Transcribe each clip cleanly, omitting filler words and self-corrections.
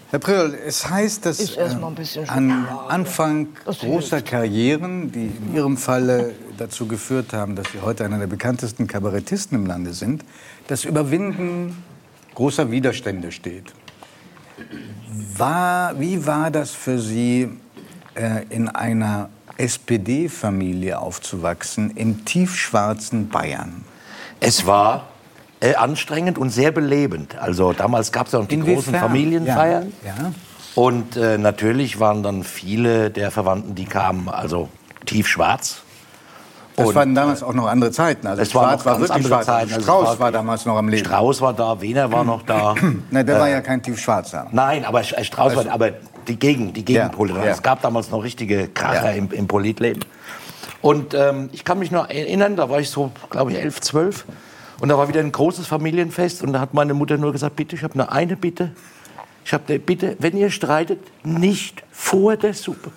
Herr Priol, es heißt, dass an Anfang großer Karrieren, die in Ihrem Falle dazu geführt haben, dass Sie heute einer der bekanntesten Kabarettisten im Lande sind, das Überwinden großer Widerstände steht. Wie war das für Sie, in einer SPD-Familie aufzuwachsen, im tiefschwarzen Bayern? Es war anstrengend und sehr belebend. Also damals gab es ja noch die großen Familienfeiern. Ja. Und natürlich waren dann viele der Verwandten, die kamen, also tiefschwarz. Das waren damals auch noch andere Zeiten. Also Schwarz war wirklich schwarz. Also Strauß war damals noch am Leben. Strauß war da, Wehner war noch da. Nein, der war ja kein Tiefschwarzer. Nein, aber Strauß war, aber die Gegenpole. Ja. Es gab damals noch richtige Kracher im Politleben. Und ich kann mich noch erinnern, da war ich so, glaube ich, 11, 12. Und da war wieder ein großes Familienfest. Und da hat meine Mutter nur gesagt, bitte, ich habe nur eine Bitte. Ich habe eine Bitte, wenn ihr streitet, nicht vor der Suppe.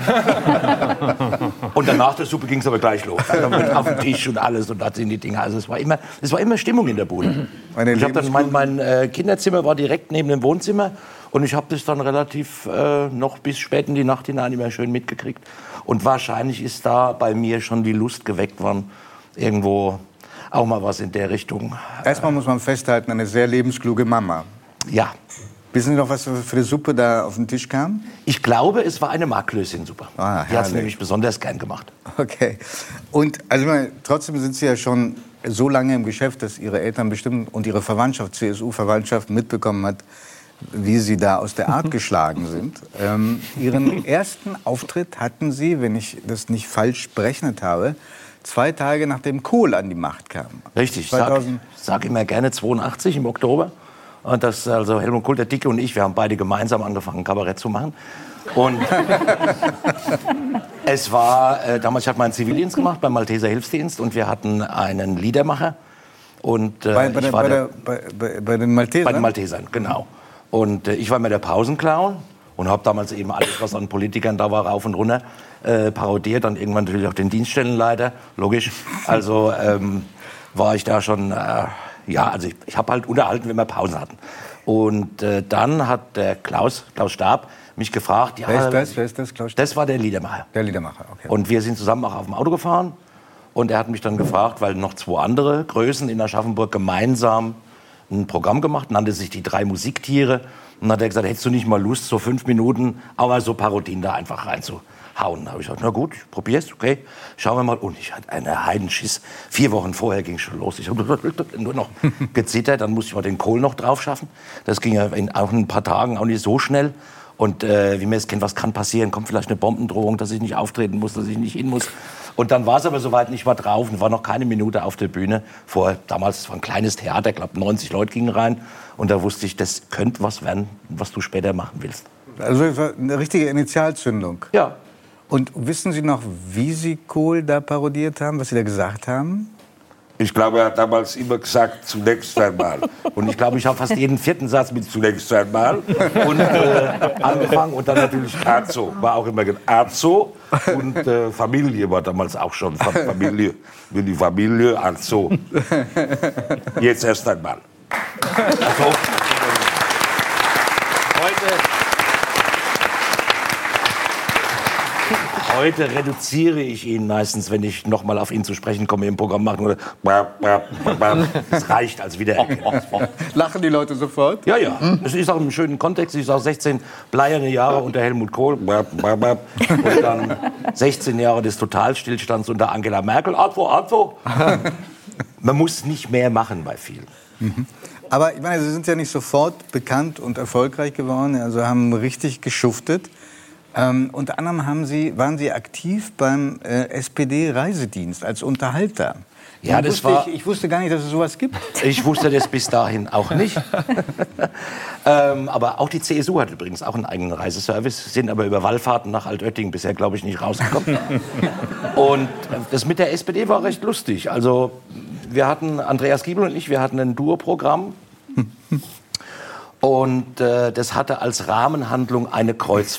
Und danach der Suppe ging es aber gleich los. Dann auf den Tisch und alles und da sind die Dinger. Also es war immer Stimmung in der Bude. Ich habe dann mein Kinderzimmer war direkt neben dem Wohnzimmer und ich habe das dann relativ noch bis spät in die Nacht hinein immer schön mitgekriegt. Und wahrscheinlich ist da bei mir schon die Lust geweckt worden, irgendwo auch mal was in der Richtung. Erstmal muss man festhalten, eine sehr lebenskluge Mama. Ja. Wissen Sie noch, was für eine Suppe da auf den Tisch kam? Ich glaube, es war eine Marklöschensuppe. Die hat es nämlich besonders gern gemacht. Okay. Und also trotzdem sind Sie ja schon so lange im Geschäft, dass Ihre Eltern bestimmt und Ihre Verwandtschaft, CSU-Verwandtschaft, mitbekommen hat, wie Sie da aus der Art geschlagen sind. Ihren ersten Auftritt hatten Sie, wenn ich das nicht falsch berechnet habe, 2 Tage nachdem Kohl an die Macht kam. Richtig. Ich sag immer gerne 82 im Oktober. Und das, also Helmut Kohl, der Dicke und ich, wir haben beide gemeinsam angefangen, Kabarett zu machen. Und es war, damals hat mein Zivildienst gemacht beim Malteser Hilfsdienst und wir hatten einen Liedermacher. Und, bei den Maltesern? Bei den Maltesern, genau. Und ich war immer der Pausenclown und habe damals eben alles, was an Politikern da war, rauf und runter parodiert. Dann irgendwann natürlich auch den Dienststellenleiter, logisch. Also war ich da schon... Ja, also ich habe halt unterhalten, wenn wir Pause hatten. Und dann hat der Klaus Stab mich gefragt... Ja, Wer ist das, Klaus Stab? Das war der Liedermacher. Der Liedermacher, okay. Und wir sind zusammen auch auf dem Auto gefahren. Und er hat mich dann gefragt, weil noch 2 andere Größen in Aschaffenburg gemeinsam ein Programm gemacht, nannte sich die 3 Musiktiere. Und dann hat er gesagt, hättest du nicht mal Lust, so 5 Minuten, aber so Parodien da einfach reinzuhauen. Da habe ich gesagt, na gut, ich probier's, okay, schauen wir mal. Und ich hatte einen Heidenschiss. 4 Wochen vorher ging es schon los. Ich habe nur noch gezittert, dann musste ich mal den Kohl noch drauf schaffen. Das ging ja in auch ein paar Tagen auch nicht so schnell. Und wie man es kennt, was kann passieren? Kommt vielleicht eine Bombendrohung, dass ich nicht auftreten muss, dass ich nicht hin muss. Und dann war es aber soweit, nicht war drauf und war noch keine Minute auf der Bühne. Damals war ein kleines Theater, ich glaube 90 Leute gingen rein. Und da wusste ich, das könnte was werden, was du später machen willst. Also das war eine richtige Initialzündung. Ja. Und wissen Sie noch, wie Sie Kohl da parodiert haben, was Sie da gesagt haben? Ich glaube, er hat damals immer gesagt, zunächst einmal. Und ich glaube, ich habe fast jeden 4. Satz mit zunächst einmal und angefangen. Und dann natürlich Arzo, war auch immer Arzo. Und Familie war damals auch schon. Familie, die Familie, Arzo. Jetzt erst einmal. Also, Heute reduziere ich ihn meistens, wenn ich noch mal auf ihn zu sprechen komme im Programm machen. Oder das reicht als Wiedererkennung. Lachen die Leute sofort? Ja, ja. Es ist auch im schönen Kontext. Ich sage 16 bleierne Jahre unter Helmut Kohl. Und dann 16 Jahre des Totalstillstands unter Angela Merkel. Atwo. Man muss nicht mehr machen bei vielen. Mhm. Aber ich meine, Sie sind ja nicht sofort bekannt und erfolgreich geworden. Also haben richtig geschuftet. Unter anderem waren Sie aktiv beim SPD-Reisedienst als Unterhalter. Ja, Ich wusste gar nicht, dass es sowas gibt. Ich wusste das bis dahin auch nicht. Aber auch die CSU hat übrigens auch einen eigenen Reiseservice, sind aber über Wallfahrten nach Altötting bisher, glaube ich, nicht rausgekommen. Und das mit der SPD war recht lustig. Also wir hatten, Andreas Giebel und ich, wir hatten ein Duo-Programm. Und das hatte als Rahmenhandlung eine Kreuzfahrt.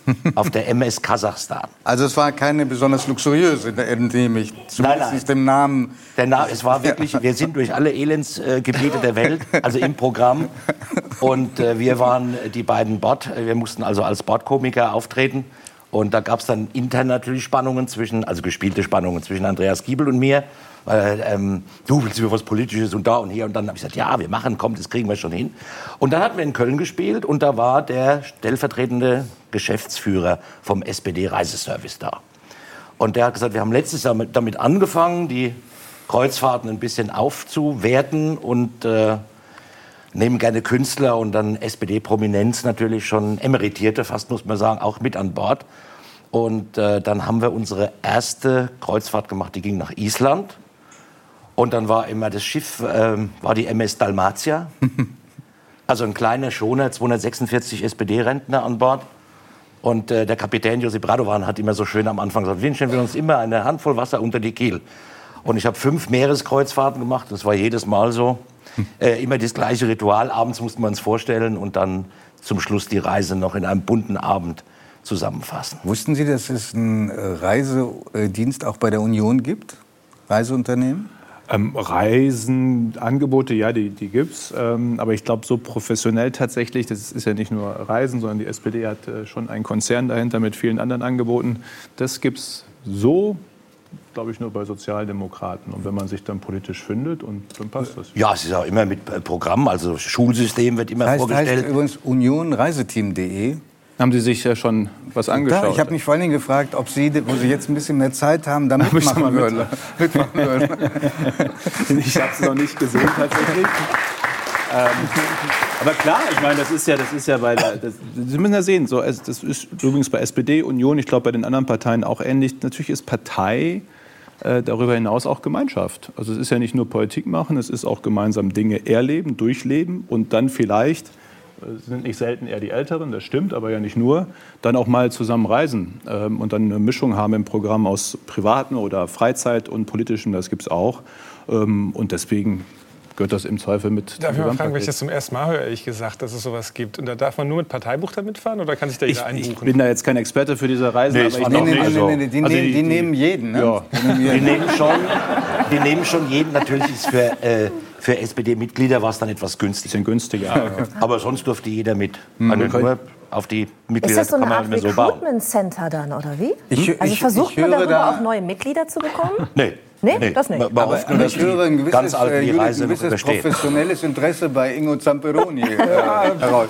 auf der MS Kasachstan. Also es war keine besonders luxuriöse, entnehme ich. Zumindest Nein. dem Namen. Es war wirklich, wir sind durch alle Elendsgebiete der Welt, also im Programm. Und wir waren die beiden wir mussten also als Bordkomiker auftreten. Und da gab es dann intern natürlich gespielte Spannungen zwischen Andreas Giebel und mir. Du willst über was Politisches und da und hier. Und dann habe ich gesagt, ja, wir machen, komm, das kriegen wir schon hin. Und dann hatten wir in Köln gespielt und da war der stellvertretende Geschäftsführer vom SPD-Reiseservice da. Und der hat gesagt, wir haben letztes Jahr damit angefangen, die Kreuzfahrten ein bisschen aufzuwerten und nehmen gerne Künstler und dann SPD-Prominenz natürlich schon Emeritierte, fast muss man sagen, auch mit an Bord. Und dann haben wir unsere erste Kreuzfahrt gemacht, die ging nach Island. Und dann war immer das Schiff, war die MS Dalmatia. Also ein kleiner Schoner, 246 SPD-Rentner an Bord. Und der Kapitän Josip Radovan hat immer so schön am Anfang gesagt, wünschen wir uns immer eine Handvoll Wasser unter die Kiel. Und ich habe 5 Meereskreuzfahrten gemacht, das war jedes Mal so. Immer das gleiche Ritual, abends musste man es vorstellen und dann zum Schluss die Reise noch in einem bunten Abend zusammenfassen. Wussten Sie, dass es einen Reisedienst auch bei der Union gibt? Reiseunternehmen? Reisenangebote, ja, die gibt's. Aber ich glaube, so professionell tatsächlich, das ist ja nicht nur Reisen, sondern die SPD hat schon einen Konzern dahinter mit vielen anderen Angeboten. Das gibt's so, glaube ich, nur bei Sozialdemokraten. Und wenn man sich dann politisch findet, und dann passt das. Ja, es ist auch immer mit Programm, also Schulsystem wird immer vorgestellt. Heißt übrigens unionreiseteam.de. Haben Sie sich ja schon was angeschaut? Ich habe mich vor allen Dingen gefragt, ob Sie, wo Sie jetzt ein bisschen mehr Zeit haben, da mitmachen würden. Ich habe es noch nicht gesehen tatsächlich. Aber klar, ich meine, das ist ja Sie müssen ja sehen, so, das ist übrigens bei SPD, Union, ich glaube bei den anderen Parteien auch ähnlich. Natürlich ist Partei darüber hinaus auch Gemeinschaft. Also es ist ja nicht nur Politik machen, es ist auch gemeinsam Dinge erleben, durchleben und dann vielleicht, sind nicht selten eher die Älteren, das stimmt, aber ja nicht nur, dann auch mal zusammen reisen und dann eine Mischung haben im Programm aus privaten oder Freizeit und politischen, das gibt es auch. Und deswegen gehört das im Zweifel mit. Darf ich mal fragen, wenn ich das zum ersten Mal höre, ehrlich gesagt, dass es sowas gibt. Und da darf man nur mit Parteibuch da mitfahren oder kann sich da jeder einbuchen? Ich bin da jetzt kein Experte für diese Reise. Nee, aber die nehmen jeden. Ne? Ja. Die nehmen schon jeden. Natürlich ist für SPD-Mitglieder war es dann etwas günstiger. Bisschen günstiger. Aber sonst durfte jeder mit. Nur auf die Mitglieder ist das so kann eine man Art nicht mehr so bauen. Recruitment Center dann, oder wie? Ich versucht man höre darüber da auch neue Mitglieder zu bekommen? Nee, das nicht. Aber ich höre ein ganz alt die Reise ein noch gewisses übersteht. professionelles Interesse bei Ingo Zamperoni heraus.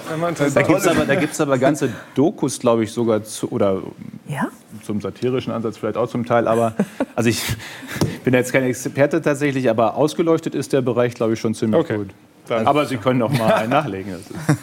Da gibt's aber ganze Dokus, glaube ich, sogar Ja? zum satirischen Ansatz vielleicht auch zum Teil. Aber also ich bin jetzt kein Experte tatsächlich, aber ausgeleuchtet ist der Bereich, glaube ich, schon ziemlich gut. Aber Sie können noch mal einen nachlegen.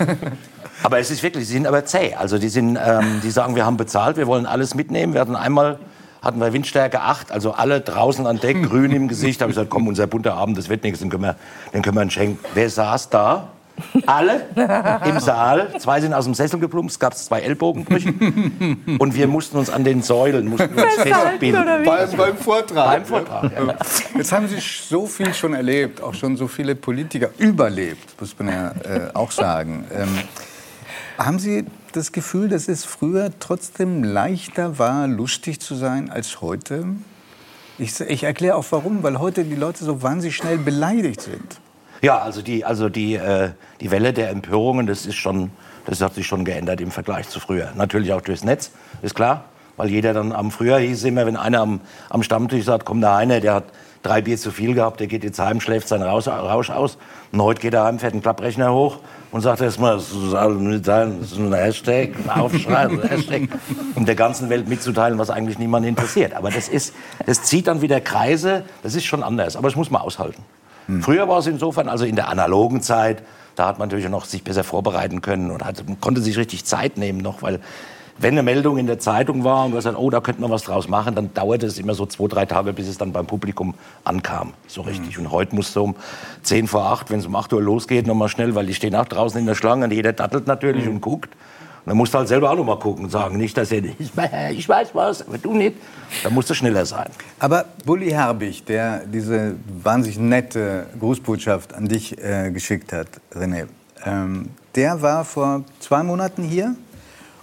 Aber es ist wirklich, sie sind aber zäh. Also die sagen, wir haben bezahlt, wir wollen alles mitnehmen. Hatten wir Windstärke 8, also alle draußen an Deck, grün im Gesicht. Da habe ich gesagt, komm, unser bunter Abend, das wird nichts, den können wir uns schenken. Wer saß da? Alle im Saal. 2 sind aus dem Sessel geplumpst, es gab 2 Ellbogenbrüche. Und wir mussten uns an den Säulen festbinden. Beim Vortrag. Ja. Jetzt haben Sie so viel schon erlebt, auch schon so viele Politiker überlebt, muss man ja auch sagen. Haben Sie das Gefühl, dass es früher trotzdem leichter war, lustig zu sein als heute? Ich erkläre auch warum, weil heute die Leute so wahnsinnig schnell beleidigt sind. Ja, also die Welle der Empörungen, das hat sich schon geändert im Vergleich zu früher. Natürlich auch durchs Netz, ist klar. Weil jeder dann früher hieß immer, wenn einer am Stammtisch sagt, komm da einer, der hat 3 Bier zu viel gehabt, der geht jetzt heim, schläft seinen Rausch aus. Und heute geht er heim, fährt einen Klapprechner hoch und sagt erstmal, das ist ein Hashtag, ein Aufschrei, ein Hashtag, um der ganzen Welt mitzuteilen, was eigentlich niemanden interessiert. Aber das zieht dann wieder Kreise, das ist schon anders, aber das muss man aushalten. Früher war es insofern, also in der analogen Zeit, da hat man natürlich noch sich besser vorbereiten können und konnte sich richtig Zeit nehmen noch, weil wenn eine Meldung in der Zeitung war und wir sagten, oh, da könnte man was draus machen, dann dauerte es immer so 2-3 Tage, bis es dann beim Publikum ankam, so richtig. Und heute musst du um 10 vor 8, wenn es um 8 Uhr losgeht, noch mal schnell, weil die stehen auch draußen in der Schlange und jeder dattelt natürlich und guckt. Und dann musst du halt selber auch noch mal gucken und sagen, nicht, dass ich weiß was, aber du nicht. Da musst du schneller sein. Aber Bulli Herbig, der diese wahnsinnig nette Grußbotschaft an dich geschickt hat, René, der war vor 2 Monaten hier.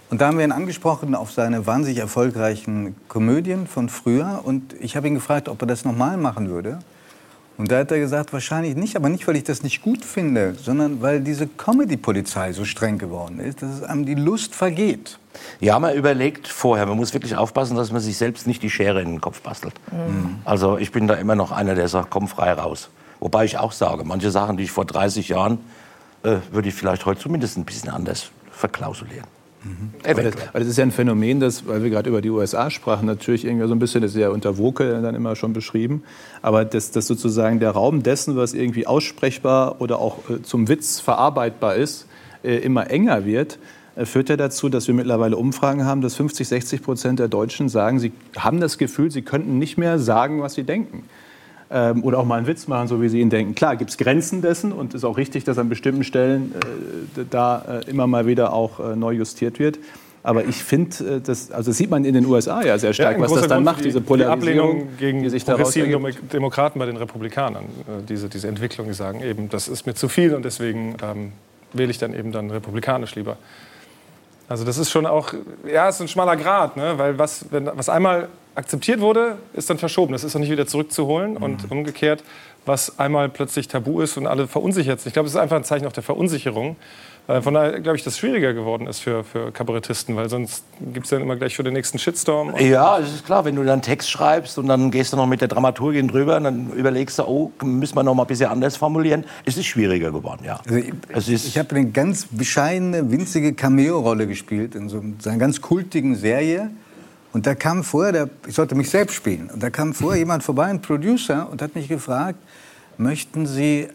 Und da haben wir ihn angesprochen auf seine wahnsinnig erfolgreichen Komödien von früher. Und ich habe ihn gefragt, ob er das nochmal machen würde. Und da hat er gesagt, wahrscheinlich nicht, aber nicht, weil ich das nicht gut finde, sondern weil diese Comedy-Polizei so streng geworden ist, dass es einem die Lust vergeht. Ja, man überlegt vorher, man muss wirklich aufpassen, dass man sich selbst nicht die Schere in den Kopf bastelt. Also ich bin da immer noch einer, der sagt, komm frei raus. Wobei ich auch sage, manche Sachen, die ich vor 30 Jahren, würde ich vielleicht heute zumindest ein bisschen anders verklausulieren. Aber das ist ja ein Phänomen, das, weil wir gerade über die USA sprachen, natürlich irgendwie so ein bisschen, das ist ja unter Woke dann immer schon beschrieben, aber dass sozusagen der Raum dessen, was irgendwie aussprechbar oder auch zum Witz verarbeitbar ist, immer enger wird, führt ja dazu, dass wir mittlerweile Umfragen haben, dass 50-60% der Deutschen sagen, sie haben das Gefühl, sie könnten nicht mehr sagen, was sie denken. Oder auch mal einen Witz machen, so wie sie ihn denken. Klar, gibt es Grenzen dessen und es ist auch richtig, dass an bestimmten Stellen da immer mal wieder auch neu justiert wird. Aber ich finde, das sieht man in den USA ja sehr stark, was das dann macht, diese Polarisierung, gegen die sich daraus progressiven Demokraten bei den Republikanern. Diese Entwicklung, die sagen eben, das ist mir zu viel und deswegen wähle ich dann eben republikanisch lieber. Also das ist schon auch, ja, es ist ein schmaler Grat, ne? Weil was einmal akzeptiert wurde, ist dann verschoben. Das ist auch nicht wieder zurückzuholen. Und umgekehrt, was einmal plötzlich tabu ist und alle verunsichert sind. Ich glaube, es ist einfach ein Zeichen auch der Verunsicherung. Von daher glaube ich, dass es schwieriger geworden ist für Kabarettisten, weil sonst gibt es dann immer gleich schon den nächsten Shitstorm. Ja, es ist klar, wenn du dann Text schreibst und dann gehst du noch mit der Dramaturgin drüber und dann überlegst du, oh, müssen wir noch mal ein bisschen anders formulieren. Es ist schwieriger geworden, ja. Also ich habe eine ganz bescheidene, winzige Cameo-Rolle gespielt in so einer ganz kultigen Serie. Und da kam vorher, ich sollte mich selbst spielen, und da kam vorher jemand vorbei, ein Producer, und hat mich gefragt, möchten Sie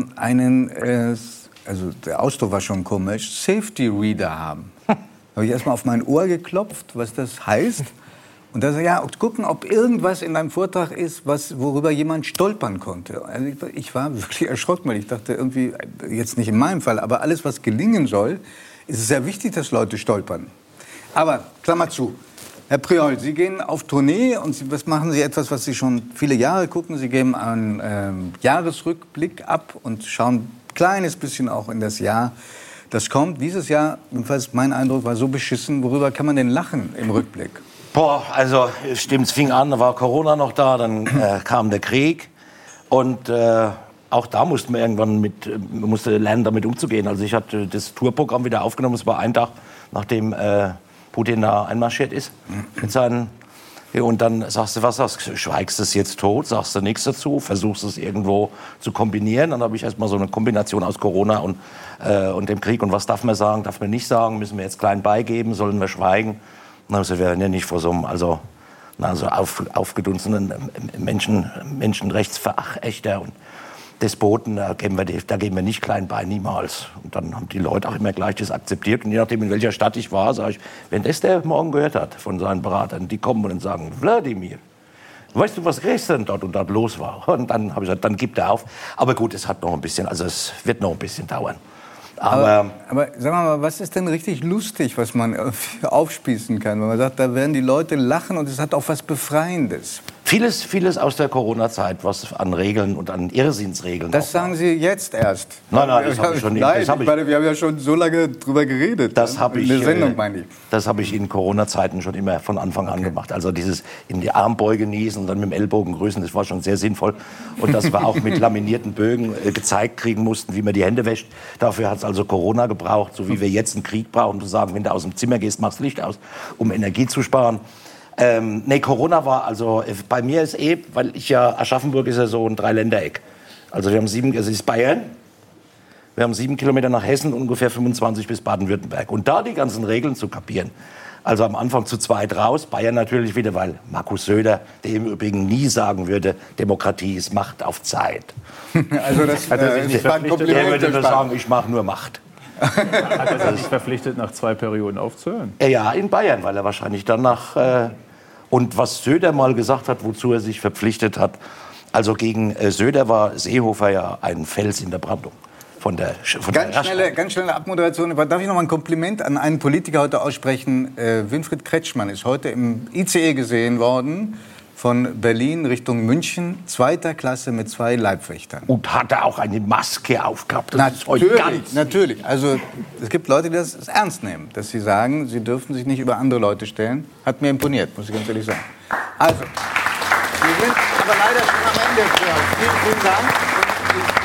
also der Ausdruck war schon komisch, Safety Reader haben. Da habe ich erstmal auf mein Ohr geklopft, was das heißt. Und da sagte ja, gucken, ob irgendwas in deinem Vortrag ist, worüber jemand stolpern konnte. Also ich war wirklich erschrocken, weil ich dachte, irgendwie, jetzt nicht in meinem Fall, aber alles, was gelingen soll, ist es sehr wichtig, dass Leute stolpern. Aber, Klammer zu, Herr Priol, Sie gehen auf Tournee und was machen Sie etwas, was Sie schon viele Jahre gucken? Sie geben einen Jahresrückblick ab und schauen kleines bisschen auch in das Jahr, das kommt. Dieses Jahr, jedenfalls mein Eindruck, war so beschissen. Worüber kann man denn lachen im Rückblick? Boah, also stimmt, es fing an, da war Corona noch da, dann kam der Krieg und auch da mussten wir irgendwann musste lernen, damit umzugehen. Also ich hatte das Tourprogramm wieder aufgenommen, es war ein Tag, nachdem Putin da einmarschiert ist mit seinen. Und dann sagst du, schweigst du es jetzt tot, sagst du nichts dazu, versuchst es irgendwo zu kombinieren. Dann habe ich erstmal so eine Kombination aus Corona und dem Krieg. Und was darf man sagen, darf man nicht sagen, müssen wir jetzt klein beigeben, sollen wir schweigen? Und dann habe ich gesagt, wir werden ja nicht vor so einem aufgedunsenen Menschenrechtsverächter und Despoten, da geben wir nicht klein bei, niemals. Und dann haben die Leute auch immer gleich das akzeptiert. Und je nachdem, in welcher Stadt ich war, sage ich, wenn das der morgen gehört hat von seinen Beratern, die kommen und dann sagen, Wladimir, weißt du, was gestern dort und dort los war? Und dann habe ich gesagt, dann gibt er auf. Aber gut, es hat noch ein bisschen, also es wird noch ein bisschen dauern. Aber sagen wir mal, was ist denn richtig lustig, was man aufspießen kann? Wenn man sagt, da werden die Leute lachen und es hat auch was Befreiendes. Vieles aus der Corona-Zeit, was an Regeln und an Irrsinnsregeln. Das sagen Sie jetzt erst. Nein, das habe ich schon. Nein, wir haben ja schon so lange drüber geredet. Das habe ich. In der Sendung, meine ich. Das habe ich in Corona-Zeiten schon immer von Anfang an gemacht. Also dieses in die Armbeuge niesen und dann mit dem Ellbogen grüßen, das war schon sehr sinnvoll. Und dass wir auch mit laminierten Bögen gezeigt kriegen mussten, wie man die Hände wäscht. Dafür hat es also Corona gebraucht, so wie wir jetzt einen Krieg brauchen, um zu sagen, wenn du aus dem Zimmer gehst, machst Licht aus, um Energie zu sparen. Corona war also, bei mir ist weil Aschaffenburg ist ja so ein Dreiländereck. Also es ist Bayern, wir haben 7 Kilometer nach Hessen, ungefähr 25 bis Baden-Württemberg. Und da die ganzen Regeln zu kapieren, also am Anfang zu zweit raus, Bayern natürlich wieder, weil Markus Söder, der im Übrigen nie sagen würde, Demokratie ist Macht auf Zeit. Also das hat er sich nicht verpflichtet. Der würde nur sagen, ich mache nur Macht. Hat er sich verpflichtet, nach 2 Perioden aufzuhören? Ja, in Bayern, weil er wahrscheinlich danach... Und was Söder mal gesagt hat, wozu er sich verpflichtet hat, also gegen Söder war Seehofer ja ein Fels in der Brandung. Ganz schnelle Abmoderation. Darf ich noch mal ein Kompliment an einen Politiker heute aussprechen? Winfried Kretschmann ist heute im ICE gesehen worden von Berlin Richtung München, 2. Klasse mit 2 Leibwächtern. Und hat er auch eine Maske aufgehabt? Das ist heute ganz... Natürlich. Also es gibt Leute, die das ernst nehmen, dass sie sagen, sie dürfen sich nicht über andere Leute stellen. Hat mir imponiert, muss ich ganz ehrlich sagen. Also, wir sind aber leider schon am Ende. Vielen, vielen Dank.